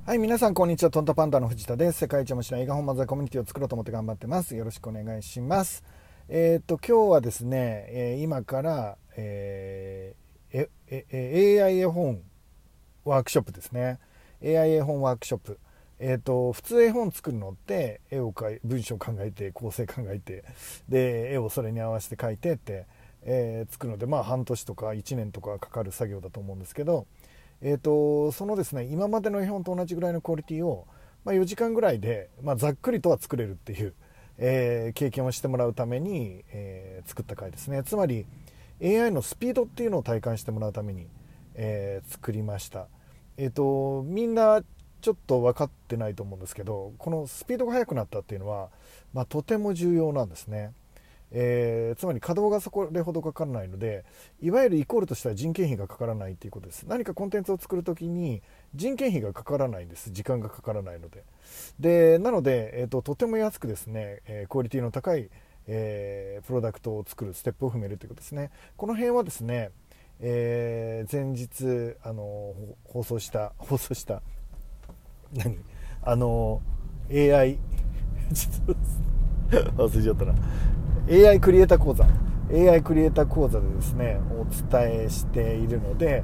はい、皆さんこんにちは。トントパンダの藤田です。世界一面白い映画本漫才コミュニティを作ろうと思って頑張ってます。よろしくお願いします。今日はですね、今から、AI 絵本ワークショップですね。AI 絵本ワークショップ。普通絵本作るのって文章考えて構成考えてで絵をそれに合わせて描いてって、作るので半年とか1年とかかかる作業だと思うんですけど、そのですね今までの絵本と同じぐらいのクオリティを、4時間ぐらいで、ざっくりとは作れるっていう、経験をしてもらうために、作った回ですね。つまり AI のスピードっていうのを体感してもらうために、作りました。みんなちょっと分かってないと思うんですけど、このスピードが速くなったっていうのは、とても重要なんですね。つまり稼働がそれほどかからないので、いわゆるイコールとしては人件費がかからないということです。何かコンテンツを作るときに人件費がかからないんです。時間がかからないので。なので、とても安くですね、クオリティの高い、プロダクトを作るステップを踏めるということですね。この辺はですね、前日放送したAI 忘れちゃったな。AI クリエイター講座でですねお伝えしているので、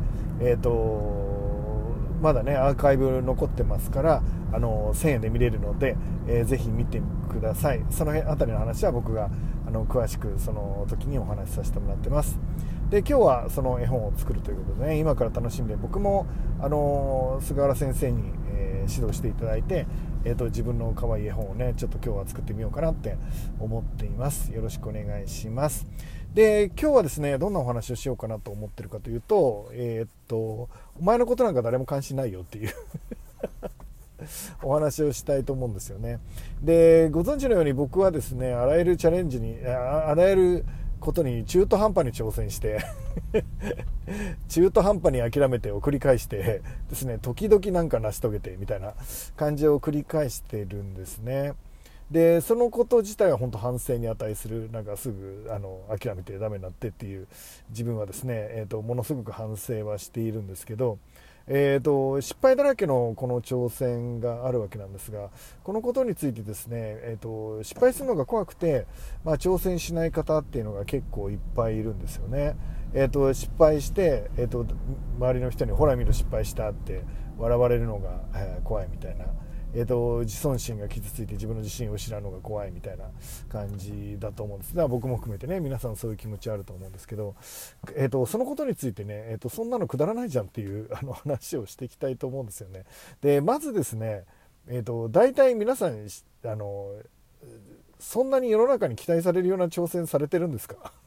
まだねアーカイブ残ってますから1000円で見れるので、ぜひ見てください。そのあたりの話は僕が詳しくその時にお話しさせてもらってます。で今日はその絵本を作るということでね、今から楽しんで、僕も菅原先生に、指導していただいて、自分の可愛い絵本をねちょっと今日は作ってみようかなって思っています。よろしくお願いします。で今日はですねどんなお話をしようかなと思ってるかというと、お前のことなんか誰も関心ないよっていうお話をしたいと思うんですよね。でご存知のように僕はですねあらゆるチャレンジにあらゆることに中途半端に挑戦して中途半端に諦めてを繰り返してですね、時々なんか成し遂げてみたいな感じを繰り返してるんですね。でそのこと自体は本当反省に値する。なんかすぐ諦めてダメになってっていう自分はですね、ものすごく反省はしているんですけど、失敗だらけのこの挑戦があるわけなんですが、このことについてですね、失敗するのが怖くて、挑戦しない方っていうのが結構いっぱいいるんですよね。失敗して、周りの人にほら見ろ失敗したって笑われるのが、怖いみたいな、自尊心が傷ついて自分の自信を失うのが怖いみたいな感じだと思うんです。だから僕も含めてね皆さんそういう気持ちあると思うんですけど、そのことについてね、そんなのくだらないじゃんっていう話をしていきたいと思うんですよね。でまずですね、大体皆さんそんなに世の中に期待されるような挑戦されてるんですか？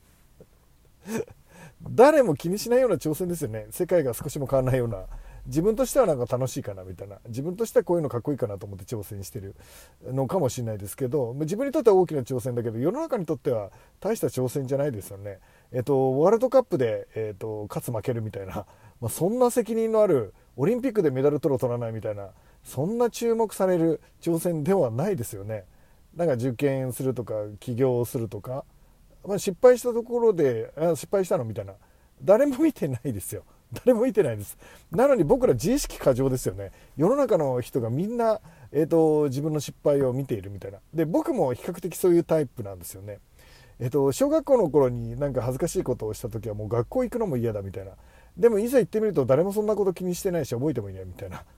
誰も気にしないような挑戦ですよね。世界が少しも変わらないような、自分としてはなんか楽しいかなみたいな、自分としてはこういうのかっこいいかなと思って挑戦してるのかもしれないですけど、自分にとっては大きな挑戦だけど世の中にとっては大した挑戦じゃないですよね。ワールドカップで、勝つ負けるみたいな、そんな責任のある、オリンピックでメダル取る取らないみたいな、そんな注目される挑戦ではないですよね。なんか受験するとか起業するとか、失敗したところで失敗したのみたいな、誰も見てないですよ。誰も見てないです。なのに僕ら自意識過剰ですよね。世の中の人がみんな、自分の失敗を見ているみたいな。で僕も比較的そういうタイプなんですよね。小学校の頃になんか恥ずかしいことをした時はもう学校行くのも嫌だみたいな。でもいざ行ってみると誰もそんなこと気にしてないし覚えてもいないみたいな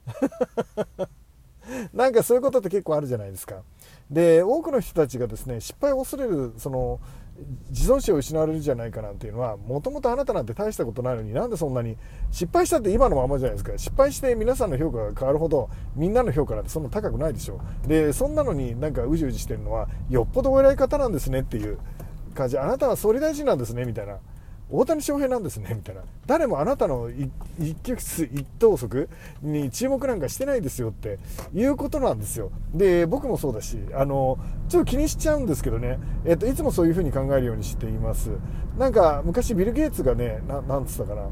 なんかそういうことって結構あるじゃないですか。で多くの人たちがですね失敗を恐れる自尊心を失われるんじゃないかなんていうのは、もともとあなたなんて大したことないのになんでそんなに失敗したって今のままじゃないですか。失敗して皆さんの評価が変わるほどみんなの評価なんてそんな高くないでしょ。でそんなのになんかうじうじしてるのはよっぽどお偉い方なんですねっていう感じ。あなたは総理大臣なんですねみたいな、大谷翔平なんですねみたいな、誰もあなたの一挙手一投足に注目なんかしてないですよっていうことなんですよ。で僕もそうだしちょっと気にしちゃうんですけどね、いつもそういうふうに考えるようにしています。なんか昔ビル・ゲイツがねなんつったかな、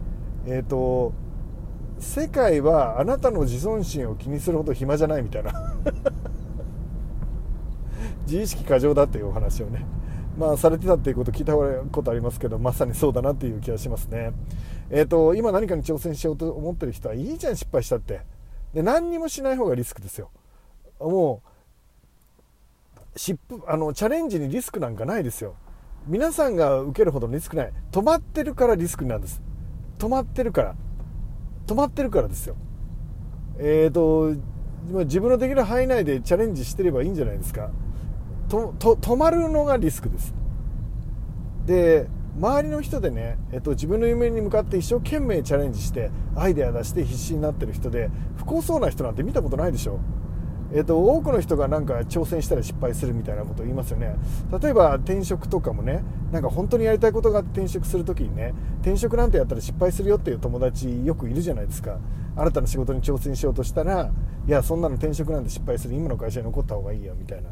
世界はあなたの自尊心を気にするほど暇じゃないみたいな自意識過剰だっていうお話をねされてたっていうことを聞いたことありますけど、まさにそうだなっていう気がしますね。今何かに挑戦しようと思ってる人はいいじゃん失敗したって、 で何にもしない方がリスクですよ。もうチャレンジにリスクなんかないですよ。皆さんが受けるほどリスクない。止まってるからリスクなんです。止まってるからですよ。自分のできる範囲内でチャレンジしてればいいんじゃないですか。止まるのがリスクです。で周りの人でね、自分の夢に向かって一生懸命チャレンジしてアイデア出して必死になってる人で不幸そうな人なんて見たことないでしょ。多くの人がなんか挑戦したら失敗するみたいなことを言いますよね。例えば転職とかもね、なんか本当にやりたいことがあって転職するときにね、転職なんてやったら失敗するよっていう友達よくいるじゃないですか。新たな仕事に挑戦しようとしたら、いやそんなの転職なんて失敗する、今の会社に残った方がいいよみたいな、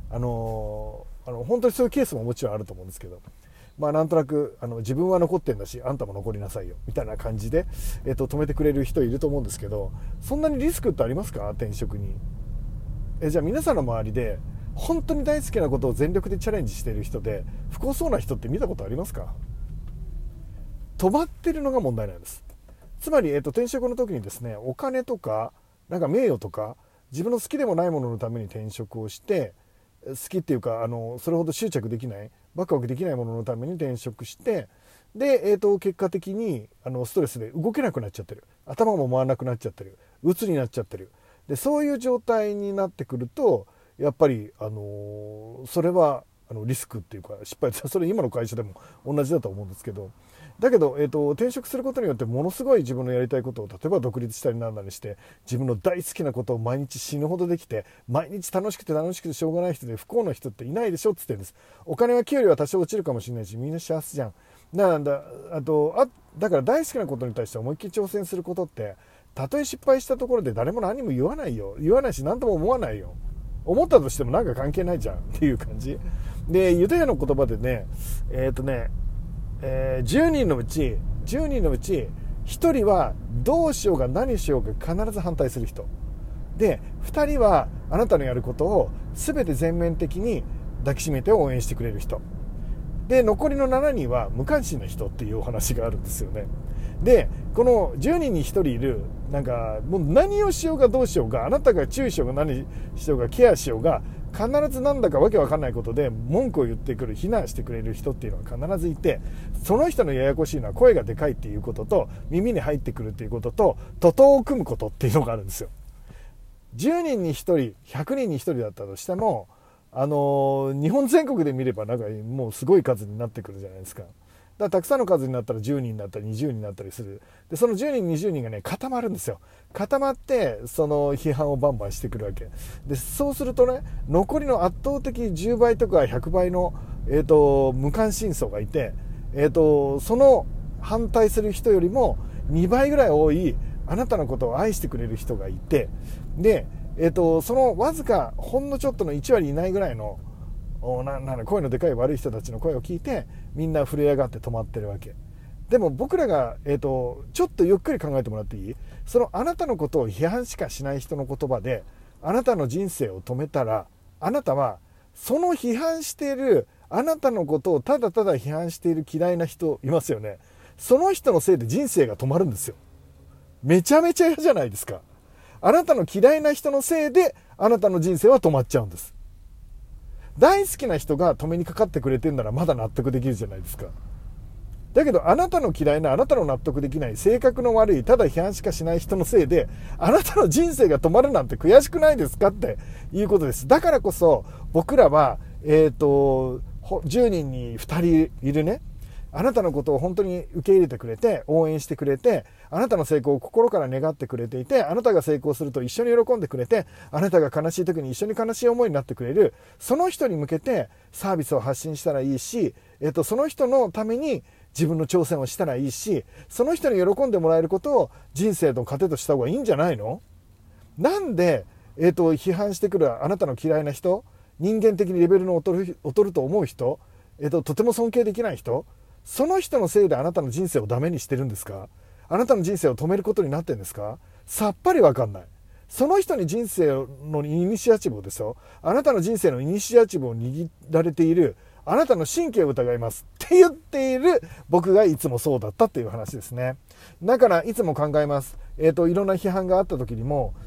本当にそういうケースももちろんあると思うんですけど、なんとなく自分は残ってんだしあんたも残りなさいよみたいな感じで、止めてくれる人いると思うんですけど、そんなにリスクってありますか？転職に。じゃあ皆さんの周りで本当に大好きなことを全力でチャレンジしている人で不幸そうな人って見たことありますか？止まってるのが問題なんです。つまり、転職の時にですね、お金とかなんか名誉とか自分の好きでもないもののために転職をして、好きっていうかそれほど執着できない、ワクワクできないもののために転職して、で、結果的にストレスで動けなくなっちゃってる、頭も回らなくなっちゃってる、鬱になっちゃってる。でそういう状態になってくるとやっぱり、それはリスクっていうか失敗、それ今の会社でも同じだと思うんですけど、だけど、転職することによってものすごい自分のやりたいことを、例えば独立したりなんだりして自分の大好きなことを毎日死ぬほどできて毎日楽しくてしょうがない人で不幸な人っていないでしょって言ってるんです。お金は給料は多少落ちるかもしれないしみんな幸せじゃん。だから大好きなことに対して思いっきり挑戦することって、たとえ失敗したところで誰も何も言わないし何とも思わないよ。思ったとしてもなんか関係ないじゃんっていう感じで、ユダヤの言葉でね、10人のうち1人はどうしようが何しようが必ず反対する人で、2人はあなたのやることを全て全面的に抱きしめて応援してくれる人で、残りの7人は無関心な人っていうお話があるんですよね。でこの10人に1人いる、なんかもう何をしようがどうしようが、あなたが注意しようが何しようがケアしようが、必ずなんだかわけわかんないことで文句を言ってくる、非難してくれる人っていうのは必ずいて、その人のややこしいのは声がでかいっていうことと耳に入ってくるっていうことと徒党を組むことっていうのがあるんですよ。10人に1人100人に1人だったとしても、日本全国で見ればなんかもうすごい数になってくるじゃないですか。だからたくさんの数になったら10人になったり20人になったりする。でその10人20人がね固まるんですよ。固まってその批判をバンバンしてくるわけで、そうするとね、残りの圧倒的10倍とか100倍の、無関心層がいて、その反対する人よりも2倍ぐらい多いあなたのことを愛してくれる人がいて、で、そのわずかほんのちょっとの1割いないぐらいの声のでかい悪い人たちの声を聞いてみんな震え上がって止まってるわけでも、僕らが、ちょっとゆっくり考えてもらっていい？そのあなたのことを批判しかしない人の言葉であなたの人生を止めたら、あなたはその批判しているあなたのことをただただ批判している嫌いな人いますよね。その人のせいで人生が止まるんですよ。めちゃめちゃ嫌じゃないですか。あなたの嫌いな人のせいであなたの人生は止まっちゃうんです。大好きな人が止めにかかってくれてるならまだ納得できるじゃないですか。だけどあなたの嫌いな、あなたの納得できない、性格の悪い、ただ批判しかしない人のせいであなたの人生が止まるなんて悔しくないですかっていうことです。だからこそ僕らは、10人に2人いるね、あなたのことを本当に受け入れてくれて応援してくれて、あなたの成功を心から願ってくれていて、あなたが成功すると一緒に喜んでくれて、あなたが悲しい時に一緒に悲しい思いになってくれる、その人に向けてサービスを発信したらいいし、その人のために自分の挑戦をしたらいいし、その人に喜んでもらえることを人生の糧とした方がいいんじゃないの？なんで、批判してくるあなたの嫌いな人、人間的にレベルの劣ると思う人、とても尊敬できない人、その人のせいであなたの人生をダメにしてるんですか？あなたの人生を止めることになってるんですか？さっぱりわかんない。その人に人生のイニシアチブをですよ、あなたの人生のイニシアチブを握られているあなたの神経を疑いますって言っている僕がいつもそうだったっていう話ですね。だからいつも考えます。いろんな批判があった時にも、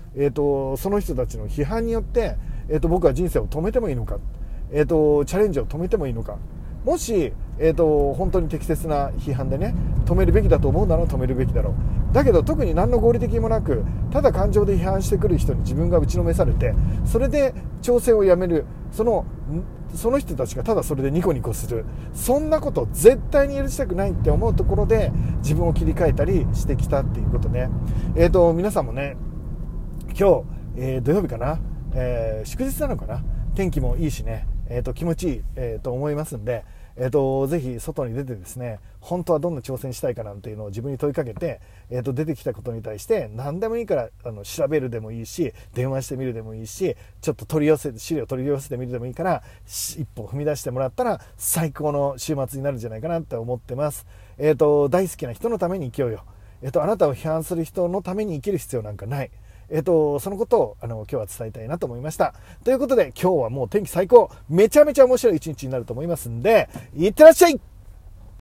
その人たちの批判によって、僕は人生を止めてもいいのか、チャレンジを止めてもいいのか、もし、本当に適切な批判でね止めるべきだと思うなら止めるべきだろう。だけど特に何の合理的もなくただ感情で批判してくる人に自分が打ちのめされて、それで調整をやめる、その人たちがただそれでニコニコする、そんなこと絶対に許したくないって思うところで自分を切り替えたりしてきたっていうことね。皆さんもね今日、土曜日かな、祝日なのかな、天気もいいしね、気持ちいい、と思いますんで、ぜひ外に出てですね、本当はどんな挑戦したいかなんていうのを自分に問いかけて、出てきたことに対して何でもいいから調べるでもいいし、電話してみるでもいいし、ちょっと資料取り寄せてみるでもいいから、一歩踏み出してもらったら最高の週末になるんじゃないかなって思ってます。大好きな人のために生きようよ。あなたを批判する人のために生きる必要なんかない。そのことを今日は伝えたいなと思いました。ということで今日はもう天気最高、めちゃめちゃ面白い一日になると思いますんで、いってらっしゃい。